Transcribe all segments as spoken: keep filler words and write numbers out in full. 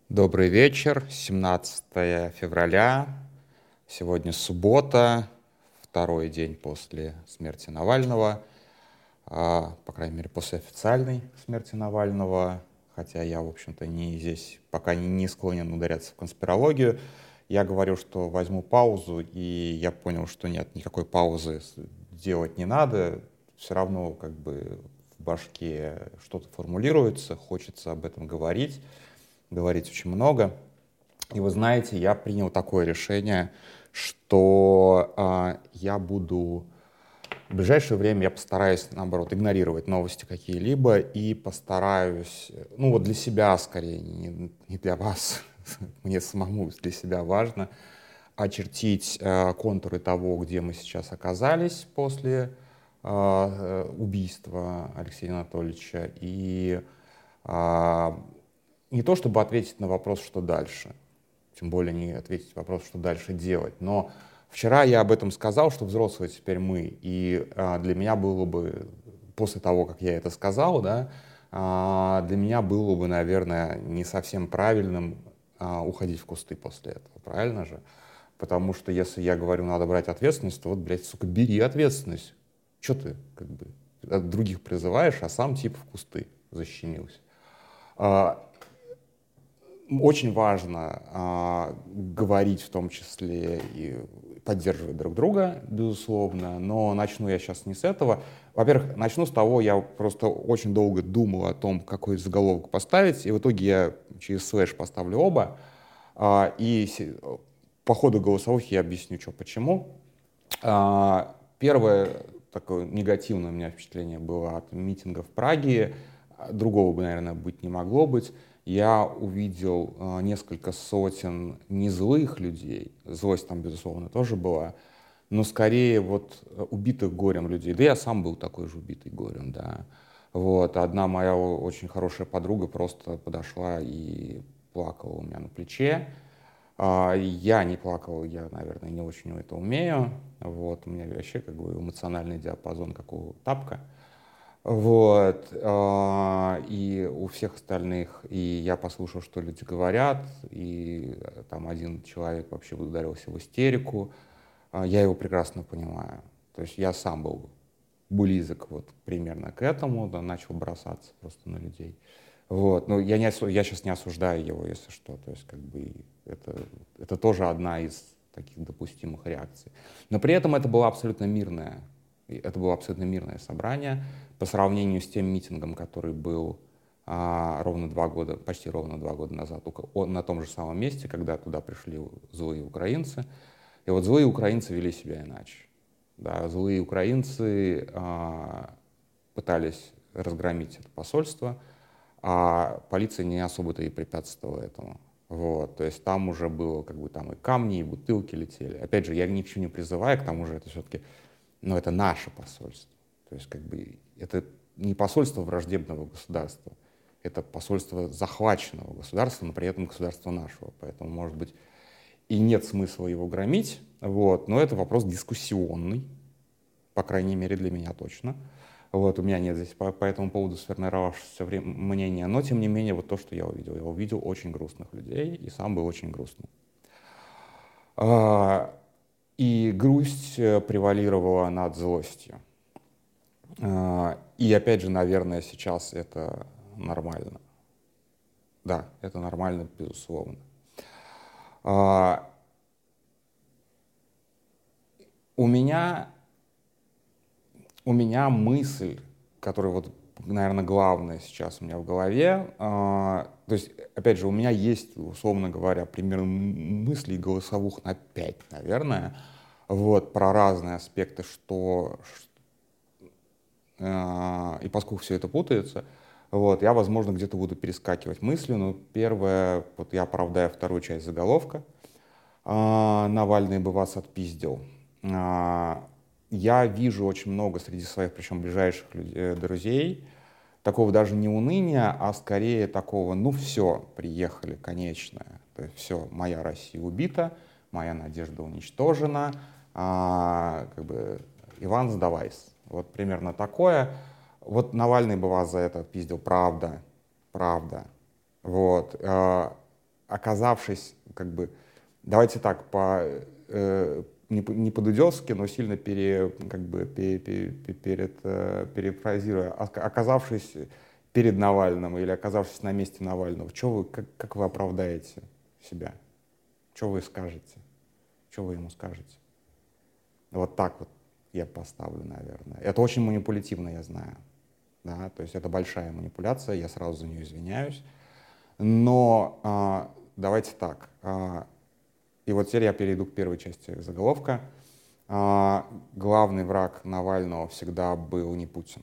Добрый вечер, семнадцатое февраля, сегодня суббота, второй день после смерти Навального, а, по крайней мере, после официальной смерти Навального, хотя я, в общем-то, не здесь пока не, не склонен ударяться в конспирологию. Я говорю, что возьму паузу, и я понял, что нет, никакой паузы с- делать не надо, все равно как бы в башке что-то формулируется, хочется об этом говорить, говорить очень много. И вы знаете, я принял такое решение, что а, я буду в ближайшее время я постараюсь, наоборот, игнорировать новости какие-либо и постараюсь, э, ну вот для себя скорее, не, не для вас, мне самому для себя важно, очертить э, контуры того, где мы сейчас оказались после э, э, убийства Алексея Анатольевича, и а, не то чтобы ответить на вопрос, что дальше, тем более не ответить на вопрос, что дальше делать. Но вчера я об этом сказал, что взрослые теперь мы. И а, для меня было бы, после того, как я это сказал, да, а, для меня было бы, наверное, не совсем правильным а, уходить в кусты после этого. Правильно же? Потому что если я говорю, надо брать ответственность, то вот, блядь, сука, бери ответственность. Че ты, как бы, от других призываешь, а сам типа в кусты защемился. А, Очень важно а, говорить в том числе и поддерживать друг друга, безусловно, но начну я сейчас не с этого. Во-первых, начну с того, я просто очень долго думал о том, какой заголовок поставить, и в итоге я через слэш поставлю оба, а, и се- по ходу голосовых я объясню, что почему. А, Первое такое негативное у меня впечатление было от митинга в Праге. А, Другого бы, наверное, быть не могло быть. Я увидел а, несколько сотен незлых людей. Злость там, безусловно, тоже была. Но скорее вот э, убитых горем людей. Да я сам был такой же убитый горем, да. Вот. Одна моя о- очень хорошая подруга просто подошла и плакала у меня на плече. А, Я не плакал, я, наверное, не очень это умею. Вот, у меня вообще как бы эмоциональный диапазон, как у тапка. Вот, а, и у всех остальных, и я послушал, что люди говорят, и э, там один человек вообще ударился в истерику. А, Я его прекрасно понимаю. То есть я сам был близок вот примерно к этому, да, начал бросаться просто на людей. Вот. Но я, не, осу- я сейчас не осуждаю его, если что. То есть как бы это, это тоже одна из таких допустимых реакций. Но при этом это было абсолютно мирное, и это было абсолютно мирное собрание по сравнению с тем митингом, который был а, ровно два года, почти ровно два года назад у ко- о- на том же самом месте, когда туда пришли злые украинцы. И вот злые украинцы вели себя иначе. Да, злые украинцы а, пытались разгромить это посольство, а полиция не особо-то и препятствовала этому. Вот, то есть там уже было, как бы там и камни, и бутылки летели. Опять же, я ни к чему не призываю, к тому же это все-таки, ну, это наше посольство. То есть как бы это не посольство враждебного государства, это посольство захваченного государства, но при этом государства нашего. Поэтому, может быть, и нет смысла его громить, вот, но это вопрос дискуссионный, по крайней мере для меня точно. Вот, у меня нет здесь по, по этому поводу сформировавшегося вре- мнения, но тем не менее вот то, что я увидел. Я увидел очень грустных людей и сам был очень грустным. А, и грусть э, превалировала над злостью. А, и опять же, наверное, сейчас это нормально. Да, это нормально, безусловно. А, у меня У меня мысль, которая вот, наверное, главная сейчас у меня в голове, а, то есть, опять же, у меня есть, условно говоря, примерно м- мыслей голосовых на пять, наверное, вот, про разные аспекты, что, ш- а, и поскольку все это путается, вот, я, возможно, где-то буду перескакивать мыслью, но первое, вот я оправдаю вторую часть заголовка, а, Навальный бы вас отпиздил. А, Я вижу очень много среди своих, причем ближайших люд- э, друзей, такого даже не уныния, а скорее такого, ну все, приехали, конечное. То есть все, моя Россия убита, моя надежда уничтожена, а, как бы, Иван, сдавайся. Вот примерно такое. Вот Навальный бы вас за это отпиздил, правда, правда. Вот. а, оказавшись, как бы, давайте так, по, э, не, не по-дудевски, но сильно пере, как бы, пере, пере, перед, э, перефразируя, оказавшись перед Навальным или оказавшись на месте Навального, что вы, как, как вы оправдаете себя? Что вы скажете? Что вы ему скажете? Вот так вот я поставлю, наверное. Это очень манипулятивно, я знаю. Да? То есть это большая манипуляция, я сразу за нее извиняюсь. Но а, давайте так. А, и вот теперь я перейду к первой части заголовка. А, главный враг Навального всегда был не Путин.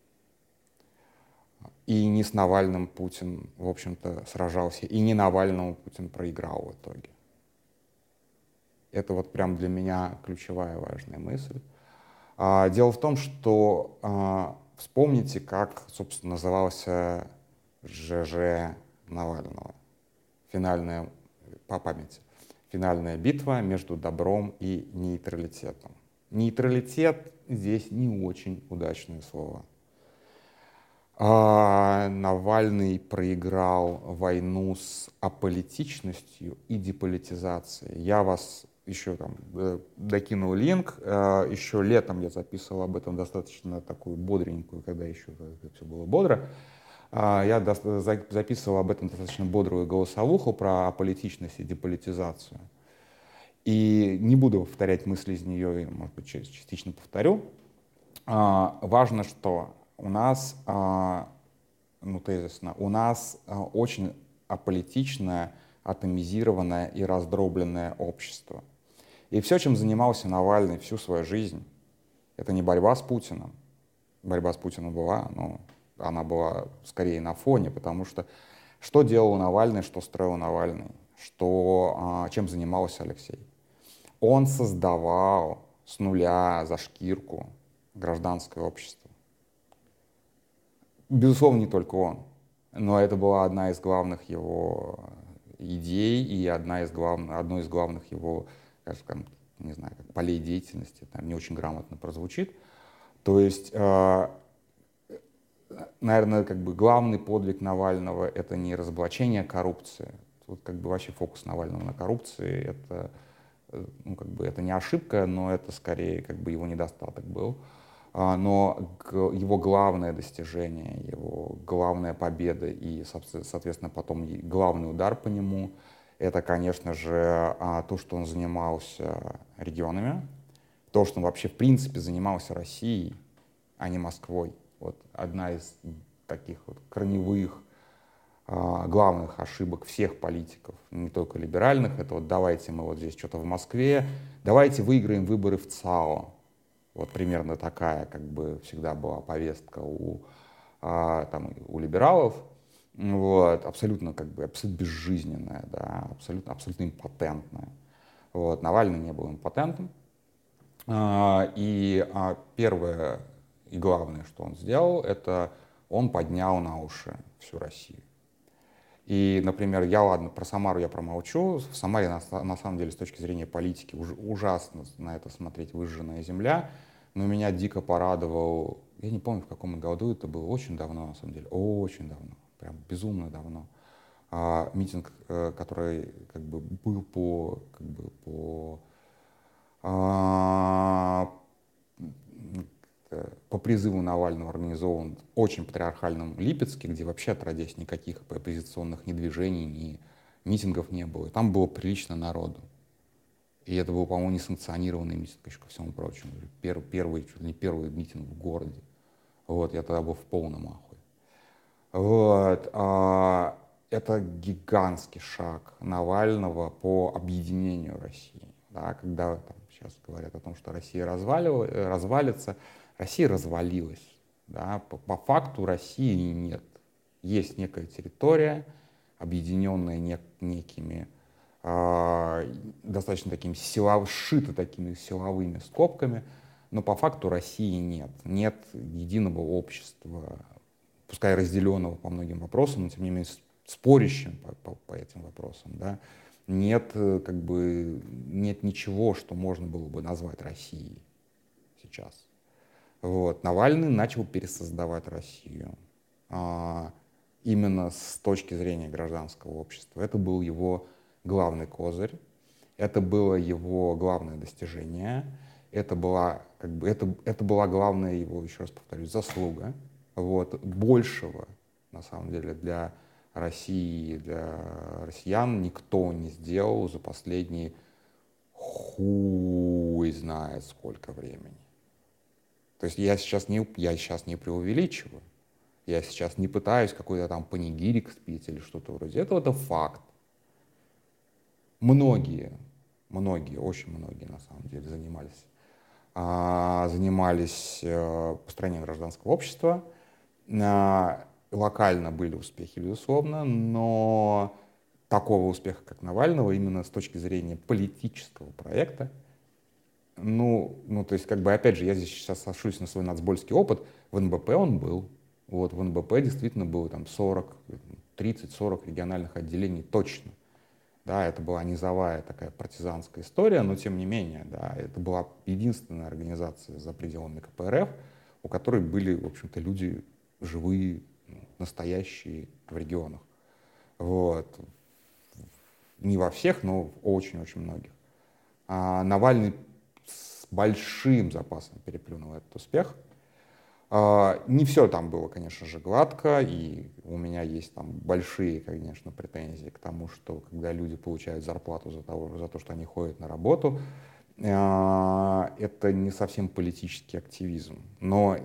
И не с Навальным Путин, в общем-то, сражался. И не Навальному Путин проиграл в итоге. Это вот прям для меня ключевая важная мысль. А, дело в том, что а, вспомните, как, собственно, назывался ЖЖ Навального. Финальная, по памяти, финальная битва между добром и нейтралитетом. Нейтралитет здесь не очень удачное слово. А, Навальный проиграл войну с аполитичностью и деполитизацией. Я вас еще там э, докинул линк. Э, еще летом я записывал об этом достаточно такую бодренькую, когда еще все было бодро. Э, я до, за, записывал об этом достаточно бодрую голосовуху про аполитичность и деполитизацию. И не буду повторять мысли из нее, может быть, частично повторю. Э, важно, что у нас, ну, тезисно, у нас очень аполитичное, атомизированное и раздробленное общество. И все, чем занимался Навальный всю свою жизнь, это не борьба с Путиным. Борьба с Путиным была, но она была скорее на фоне, потому что что делал Навальный, что строил Навальный, что, чем занимался Алексей? Он создавал с нуля за шкирку гражданское общество. Безусловно, не только он, но это была одна из главных его идей и одна из главных, одно из главных его, скажем, не знаю, как полей деятельности, там не очень грамотно прозвучит. То есть, э, наверное, как бы главный подвиг Навального — это не разоблачение коррупции. Тут как бы вообще фокус Навального на коррупции — это, ну, как бы это не ошибка, но это скорее как бы его недостаток был. Но его главное достижение, его главная победа и, соответственно, потом главный удар по нему — это, конечно же, то, что он занимался регионами, то, что он вообще в принципе занимался Россией, а не Москвой. Вот одна из таких вот корневых, главных ошибок всех политиков, не только либеральных, это вот давайте мы вот здесь что-то в Москве, давайте выиграем выборы в ЦАО. Вот примерно такая как бы всегда была повестка у, а, там, у либералов, вот, абсолютно как бы абсолютно безжизненная, да, абсолютно, абсолютно импотентная. Вот, Навальный не был импотентом. А, и а, первое и главное, что он сделал, это он поднял на уши всю Россию. И, например, я, ладно, про Самару я промолчу. В Самаре, на, на самом деле, с точки зрения политики, уж, ужасно на это смотреть, выжженная земля. Но меня дико порадовал, я не помню, в каком году это было, очень давно, на самом деле, очень давно, прям безумно давно. А, митинг, который как бы был по, как бы по, а, по призыву Навального организован в очень патриархальном Липецке, где вообще отродясь никаких оппозиционных ни движений, ни митингов не было. И там было прилично народу. И это был, по-моему, несанкционированный митинг, еще ко всему прочему. Первый, первый, чуть ли не первый митинг в городе. Вот, я тогда был в полном ахуе. Вот, а, это гигантский шаг Навального по объединению России. Да, когда там, сейчас говорят о том, что Россия развалится, Россия развалилась. Да? По, по факту России нет. Есть некая территория, объединенная нек, некими э, достаточно такими силов, сшита такими силовыми скобками, но по факту России нет. Нет единого общества, пускай разделенного по многим вопросам, но тем не менее спорящим по, по, по этим вопросам. Да? Нет, как бы, нет ничего, что можно было бы назвать Россией сейчас. Вот. Навальный начал пересоздавать Россию. А, именно с точки зрения гражданского общества. Это был его главный козырь, это было его главное достижение, это была, как бы, это, это была главная его, еще раз повторюсь, заслуга. Вот. Большего, на самом деле, для России, для россиян никто не сделал за последние хуй знает сколько времени. То есть я сейчас не, я сейчас не преувеличиваю. Я сейчас не пытаюсь какой-то там панигирик спить или что-то вроде этого. Это факт. Многие, многие, очень многие на самом деле занимались, а, занимались а, построением гражданского общества. А, локально были успехи, безусловно, но такого успеха, как Навального, именно с точки зрения политического проекта, ну, ну, то есть, как бы, опять же, я здесь сейчас сошлюсь на свой нацбольский опыт, в эн бэ пэ он был. Вот, в эн бэ пэ действительно было там сорок, тридцать сорок региональных отделений точно. Да, это была низовая такая партизанская история, но тем не менее, да, это была единственная организация за пределами ка пэ эр эф, у которой были, в общем-то, люди живые, настоящие в регионах. Вот. Не во всех, но в очень-очень многих. А Навальный с большим запасом переплюнул этот успех. А, не все там было, конечно же, гладко, и у меня есть там большие, конечно, претензии к тому, что когда люди получают зарплату за, того, за то, что они ходят на работу, а, это не совсем политический активизм. Но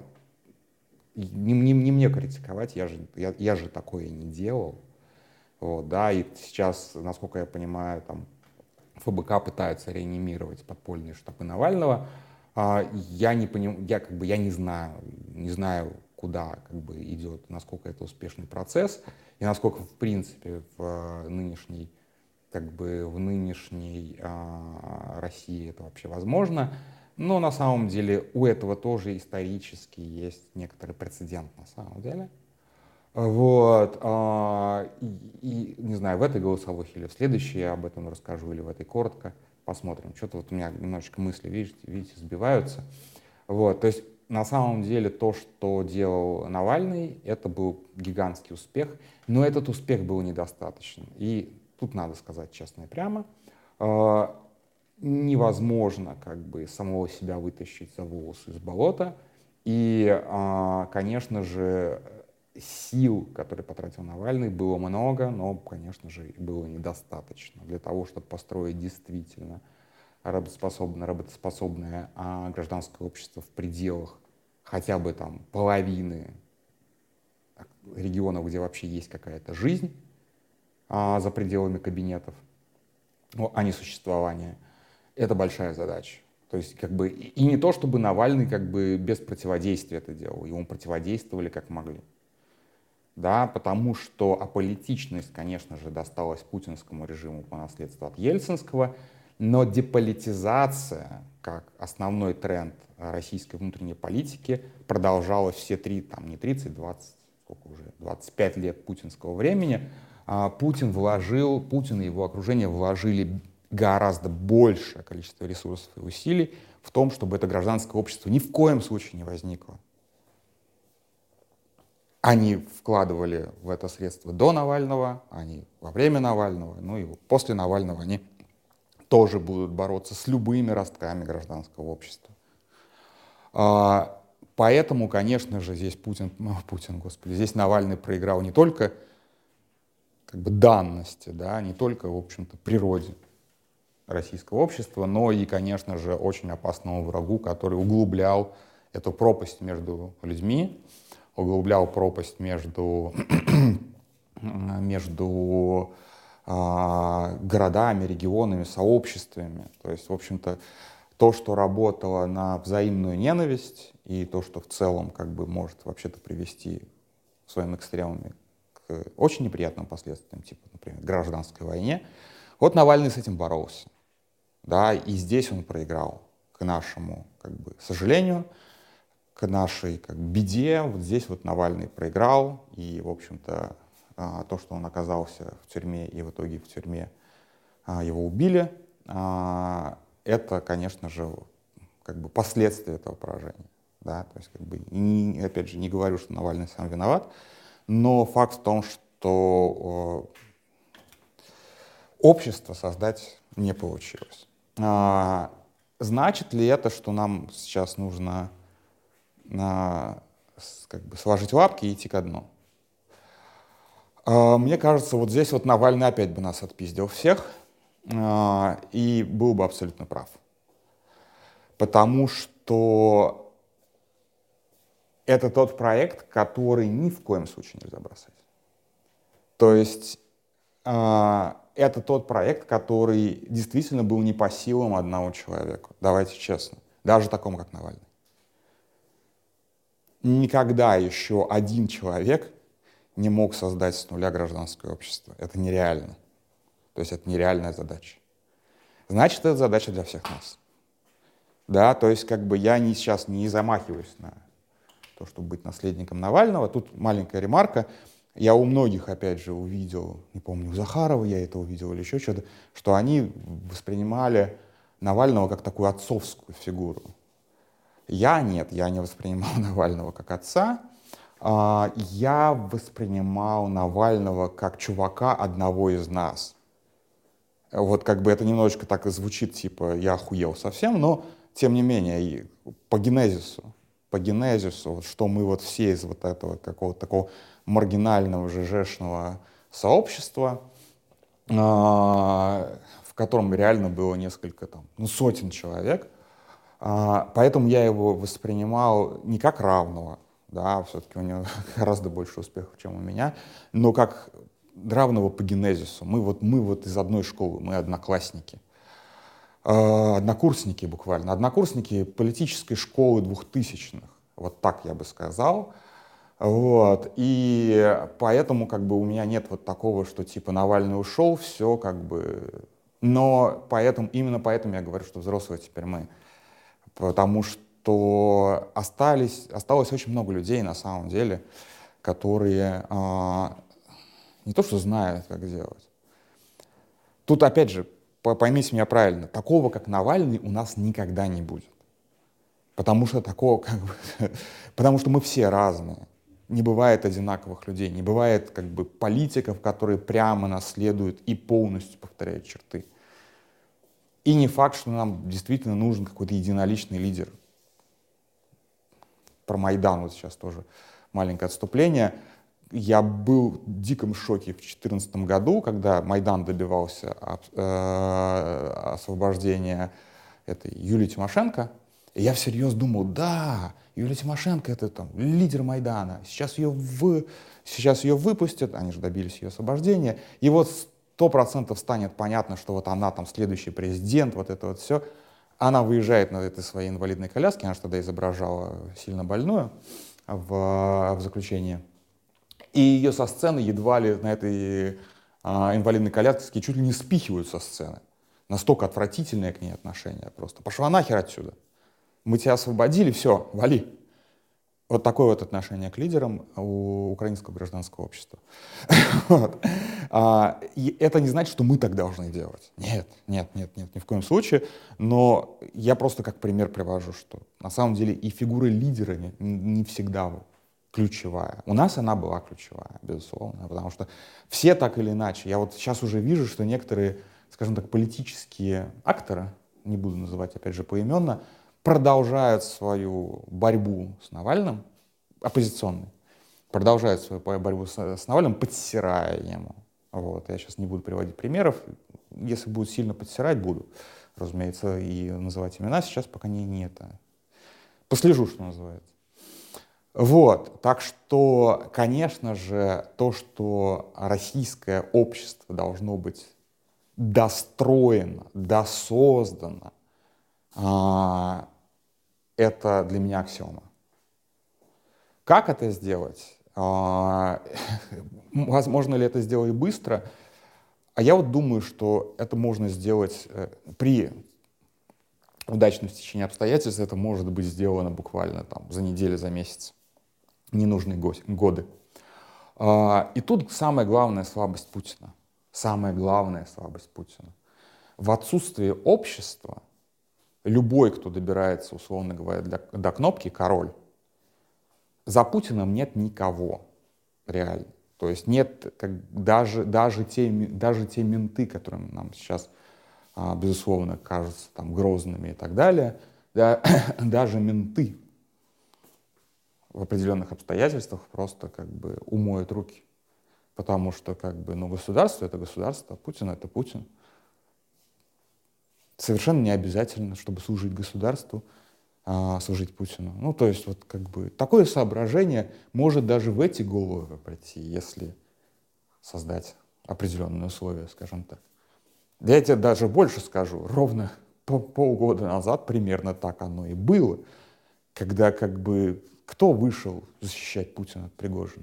не, не, не мне критиковать, я же, я, я же такое не делал. Вот, да, и сейчас, насколько я понимаю, там эф бэ ка пытается реанимировать подпольные штабы Навального. Я не понимаю, я как бы я не знаю, не знаю, куда как бы идет, насколько это успешный процесс и насколько в принципе в нынешней как бы в нынешней а, России это вообще возможно. Но на самом деле у этого тоже исторически есть некоторый прецедент на самом деле. Вот, а, и, и, не знаю, в этой голосовухе или в следующей я об этом расскажу, или в этой коротко, посмотрим. Что-то вот у меня немножечко мысли, видите, видите, сбиваются. Вот, то есть на самом деле то, что делал Навальный, это был гигантский успех, но этот успех был недостаточен. И тут надо сказать честно и прямо, а, невозможно как бы самого себя вытащить за волосы из болота. И, а, конечно же, сил, которые потратил Навальный, было много, но, конечно же, было недостаточно для того, чтобы построить действительно работоспособное, работоспособное а, гражданское общество в пределах хотя бы там половины регионов, где вообще есть какая-то жизнь а, за пределами кабинетов, ну, а не существование. Это большая задача. То есть, как бы, и не то, чтобы Навальный как бы без противодействия это делал, ему противодействовали как могли. Да, потому что аполитичность, конечно же, досталась путинскому режиму по наследству от ельцинского, но деполитизация, как основной тренд российской внутренней политики, продолжалась все три, там не тридцать, двадцать, сколько уже, двадцать пять лет путинского времени. Путин вложил, Путин и его окружение вложили гораздо большее количество ресурсов и усилий в том, чтобы это гражданское общество ни в коем случае не возникло. Они вкладывали в это средства до Навального, они во время Навального, ну и после Навального они тоже будут бороться с любыми ростками гражданского общества. А, поэтому, конечно же, здесь Путин, ну, Путин, господи, здесь Навальный проиграл не только как бы данности, да, не только, в общем-то, природе российского общества, но и, конечно же, очень опасному врагу, который углублял эту пропасть между людьми, углублял пропасть между, между а, городами, регионами, сообществами. То есть, в общем-то, то, что работало на взаимную ненависть, и то, что в целом как бы может вообще-то привести своими экстремами к очень неприятным последствиям, типа, например, гражданской войне, вот Навальный с этим боролся. Да, и здесь он проиграл, к нашему как бы сожалению, к нашей как бы, беде. Вот здесь вот Навальный проиграл, и, в общем-то, то, что он оказался в тюрьме, и в итоге в тюрьме его убили, это, конечно же, как бы последствия этого поражения. Да? То есть, как бы, и, опять же, не говорю, что Навальный сам виноват, но факт в том, что общество создать не получилось. А, значит ли это, что нам сейчас нужно а, с- как бы сложить лапки и идти ко дну? А, мне кажется, вот здесь вот Навальный опять бы нас отпиздил всех, а, и был бы абсолютно прав. Потому что это тот проект, который ни в коем случае нельзя бросать. То есть а, это тот проект, который действительно был не по силам одного человека. Давайте честно. Даже такому, как Навальный. Никогда еще один человек не мог создать с нуля гражданское общество. Это нереально. То есть это нереальная задача. Значит, это задача для всех нас. Да, то есть как бы я не, сейчас не замахиваюсь на то, чтобы быть наследником Навального. Тут маленькая ремарка. Я у многих, опять же, увидел, не помню, у Захарова я это увидел или еще что-то, что они воспринимали Навального как такую отцовскую фигуру. Я нет, я не воспринимал Навального как отца. А, я воспринимал Навального как чувака одного из нас. Вот как бы это немножечко так и звучит, типа я охуел совсем, но тем не менее и по генезису, по генезису, вот что мы вот все из вот этого какого-то такого маргинального ЖЖшного сообщества, а, в котором реально было несколько там, ну, сотен человек, а, поэтому я его воспринимал не как равного, да, все-таки у него гораздо больше успехов, чем у меня, но как равного по генезису. Мы вот, мы вот из одной школы, мы одноклассники. Э, однокурсники буквально. Однокурсники политической школы двухтысячных. Вот так я бы сказал. Вот. И поэтому как бы у меня нет вот такого, что типа Навальный ушел, все как бы... Но поэтому, именно поэтому я говорю, что взрослые теперь мы. Потому что остались, осталось очень много людей на самом деле, которые... Э, не то, что знают, как делать. Тут, опять же, поймите меня правильно, такого, как Навальный, у нас никогда не будет. Потому что такого, как бы, потому что мы все разные. Не бывает одинаковых людей, не бывает как бы политиков, которые прямо наследуют и полностью повторяют черты. И не факт, что нам действительно нужен какой-то единоличный лидер. Про Майдан вот сейчас тоже маленькое отступление. Я был в диком шоке в две тысячи четырнадцатом году, когда Майдан добивался э, освобождения этой Юлии Тимошенко. И я всерьез думал, да, Юлия Тимошенко — это там лидер Майдана. Сейчас ее, в... Сейчас ее выпустят, они же добились ее освобождения. И вот сто процентов станет понятно, что вот она там следующий президент, вот это вот все. Она выезжает на этой своей инвалидной коляске, она же тогда изображала сильно больную в, в заключении. И ее со сцены едва ли на этой а, инвалидной коляске чуть ли не спихивают со сцены. Настолько отвратительное к ней отношение просто. Пошла нахер отсюда. Мы тебя освободили, все, вали. Вот такое вот отношение к лидерам у украинского гражданского общества. Вот. А, и это не значит, что мы так должны делать. Нет, нет, нет, нет, ни в коем случае. Но я просто как пример привожу, что на самом деле и фигура лидера не, не всегда ключевая. У нас она была ключевая, безусловно, потому что все так или иначе. Я вот сейчас уже вижу, что некоторые, скажем так, политические акторы, не буду называть опять же поименно, продолжают свою борьбу с Навальным, оппозиционной, продолжают свою борьбу с, с Навальным, подсирая ему. Вот. Я сейчас не буду приводить примеров. Если будут сильно подсирать, буду, разумеется, и называть имена. Сейчас пока не, не это. Послежу, что называется. Вот, так что, конечно же, то, что российское общество должно быть достроено, досоздано, а, это для меня аксиома. Как это сделать? А, возможно ли это сделать быстро? А я вот думаю, что это можно сделать при удачном стечении обстоятельств, это может быть сделано буквально там, за неделю, за месяц. Ненужные годы. И тут самая главная слабость Путина. Самая главная слабость Путина. В отсутствии общества любой, кто добирается, условно говоря, до, до кнопки, король. За Путиным нет никого. реально. То есть нет, как, даже, даже, те, даже те менты, которые нам сейчас, а, безусловно, кажутся там грозными и так далее, да, даже менты в определенных обстоятельствах просто как бы умоют руки. Потому что как бы, ну, государство — это государство, а Путин — это Путин. Совершенно не обязательно, чтобы служить государству, а, служить Путину. Ну, то есть вот как бы такое соображение может даже в эти головы прийти, если создать определенные условия, скажем так. Я тебе даже больше скажу, ровно по- полгода назад примерно так оно и было, когда как бы кто вышел защищать Путина от Пригожина?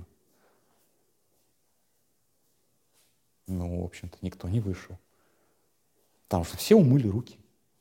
Ну, в общем-то, никто не вышел. Потому что все умыли руки.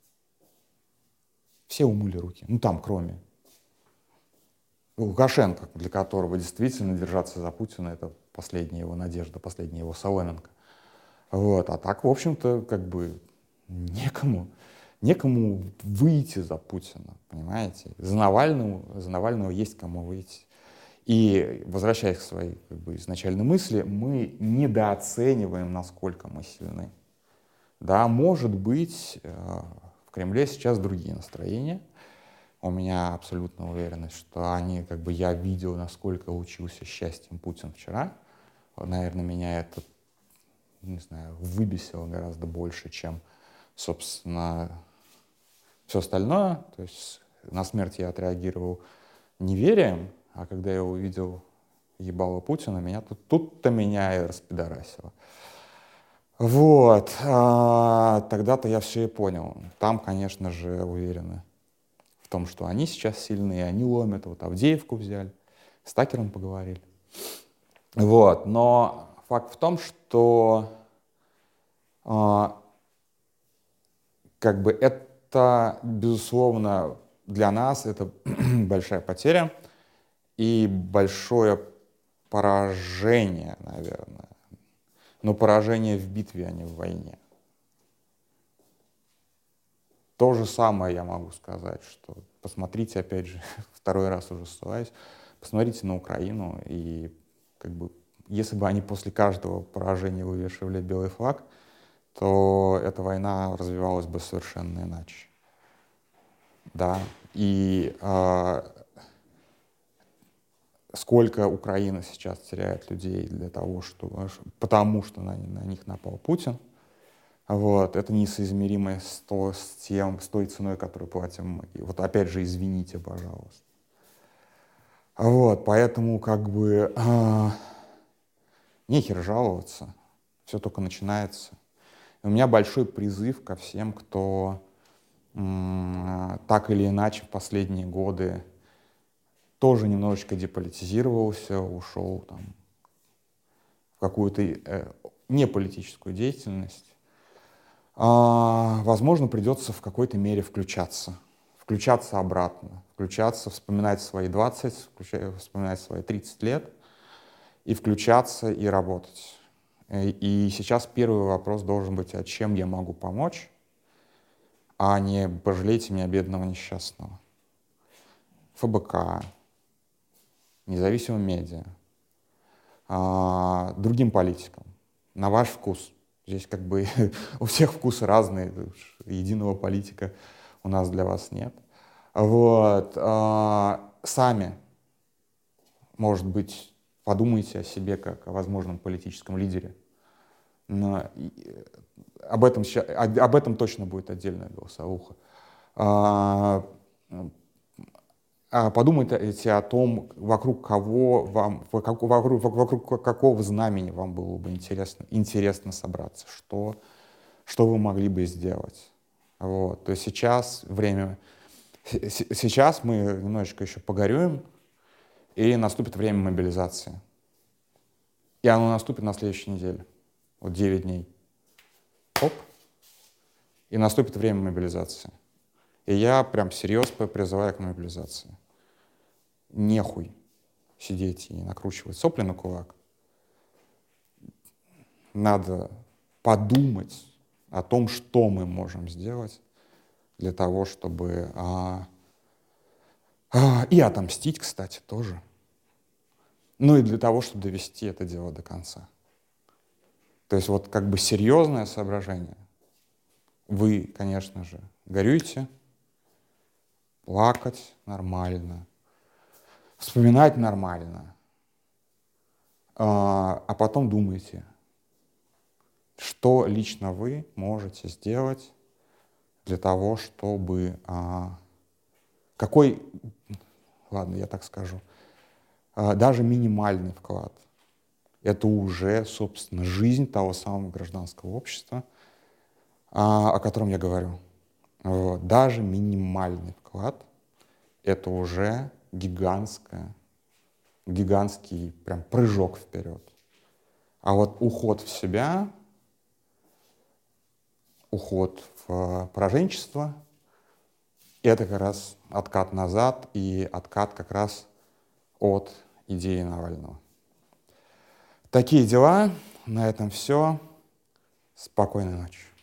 Все умыли руки. Ну, там, кроме Лукашенко, для которого действительно держаться за Путина — это последняя его надежда, последняя его соломинка. Вот. А так, в общем-то, как бы некому, некому выйти за Путина, понимаете? За Навального, за Навального есть кому выйти. И, возвращаясь к своей как бы изначальной мысли, мы недооцениваем, насколько мы сильны. Да, может быть, в Кремле сейчас другие настроения. У меня абсолютная уверенность, что они, как бы я видел, насколько учился счастьем Путин вчера. Наверное, меня это, не знаю, выбесило гораздо больше, чем, собственно, все остальное. То есть на смерть я отреагировал неверием, а когда я увидел ебало Путина, меня тут, тут-то меня и распидорасило. Вот. А, тогда-то я все и понял. Там, конечно же, уверены в том, что они сейчас сильные, они ломят. Вот Авдеевку взяли, с Такером поговорили. Вот. Но факт в том, что а, как бы это, безусловно, для нас это большая потеря и большое поражение, наверное. Но поражение в битве, а не в войне. То же самое я могу сказать, что посмотрите, опять же, второй раз уже ссылаюсь, посмотрите на Украину, и как бы, если бы они после каждого поражения вывешивали белый флаг, то эта война развивалась бы совершенно иначе. Да, и э, сколько Украина сейчас теряет людей для того, что, потому что на, на них напал Путин, вот, это несоизмеримо с, то, с, тем, с той ценой, которую платим мы. И вот опять же, извините, пожалуйста. Вот, поэтому как бы э, нехер жаловаться, все только начинается. И у меня большой призыв ко всем, кто э, так или иначе в последние годы тоже немножечко деполитизировался, ушел там, в какую-то э, неполитическую деятельность. А, возможно, придется в какой-то мере включаться. Включаться обратно. Включаться, вспоминать свои двадцать, включать, вспоминать свои тридцать лет. И включаться, и работать. И сейчас первый вопрос должен быть, а чем я могу помочь, а не пожалейте меня, бедного несчастного. ФБК, независимым медиа, а, другим политикам, на ваш вкус. Здесь как бы у всех вкусы разные, единого политика у нас для вас нет. Вот. А, сами, может быть, подумайте о себе как о возможном политическом лидере. Но об этом, об этом точно будет отдельная голосовуха. А, подумайте о том, вокруг кого вам, вокруг, вокруг, вокруг какого знамени вам было бы интересно, интересно собраться, что, что вы могли бы сделать. Вот. То есть сейчас время, сейчас мы немножечко еще погорюем, и наступит время мобилизации. И оно наступит на следующей неделе. Вот девять дней. Оп. И наступит время мобилизации. И я прям серьезно призываю к мобилизации. Нехуй сидеть и накручивать сопли на кулак. Надо подумать о том, что мы можем сделать для того, чтобы... А, а, и отомстить, кстати, тоже. ну и для того, чтобы довести это дело до конца. То есть вот как бы серьезное соображение. Вы, конечно же, горюете, плакать нормально, вспоминать нормально, а, а потом думайте, что лично вы можете сделать для того, чтобы... А, какой, ладно, я так скажу, а, даже минимальный вклад. Это уже, собственно, жизнь того самого гражданского общества, а, о котором я говорю. Вот. Даже минимальный вклад — это уже гигантская, гигантский прям прыжок вперед. А вот уход в себя, уход в пораженчество — это как раз откат назад и откат как раз от идеи Навального. Такие дела. На этом все. Спокойной ночи.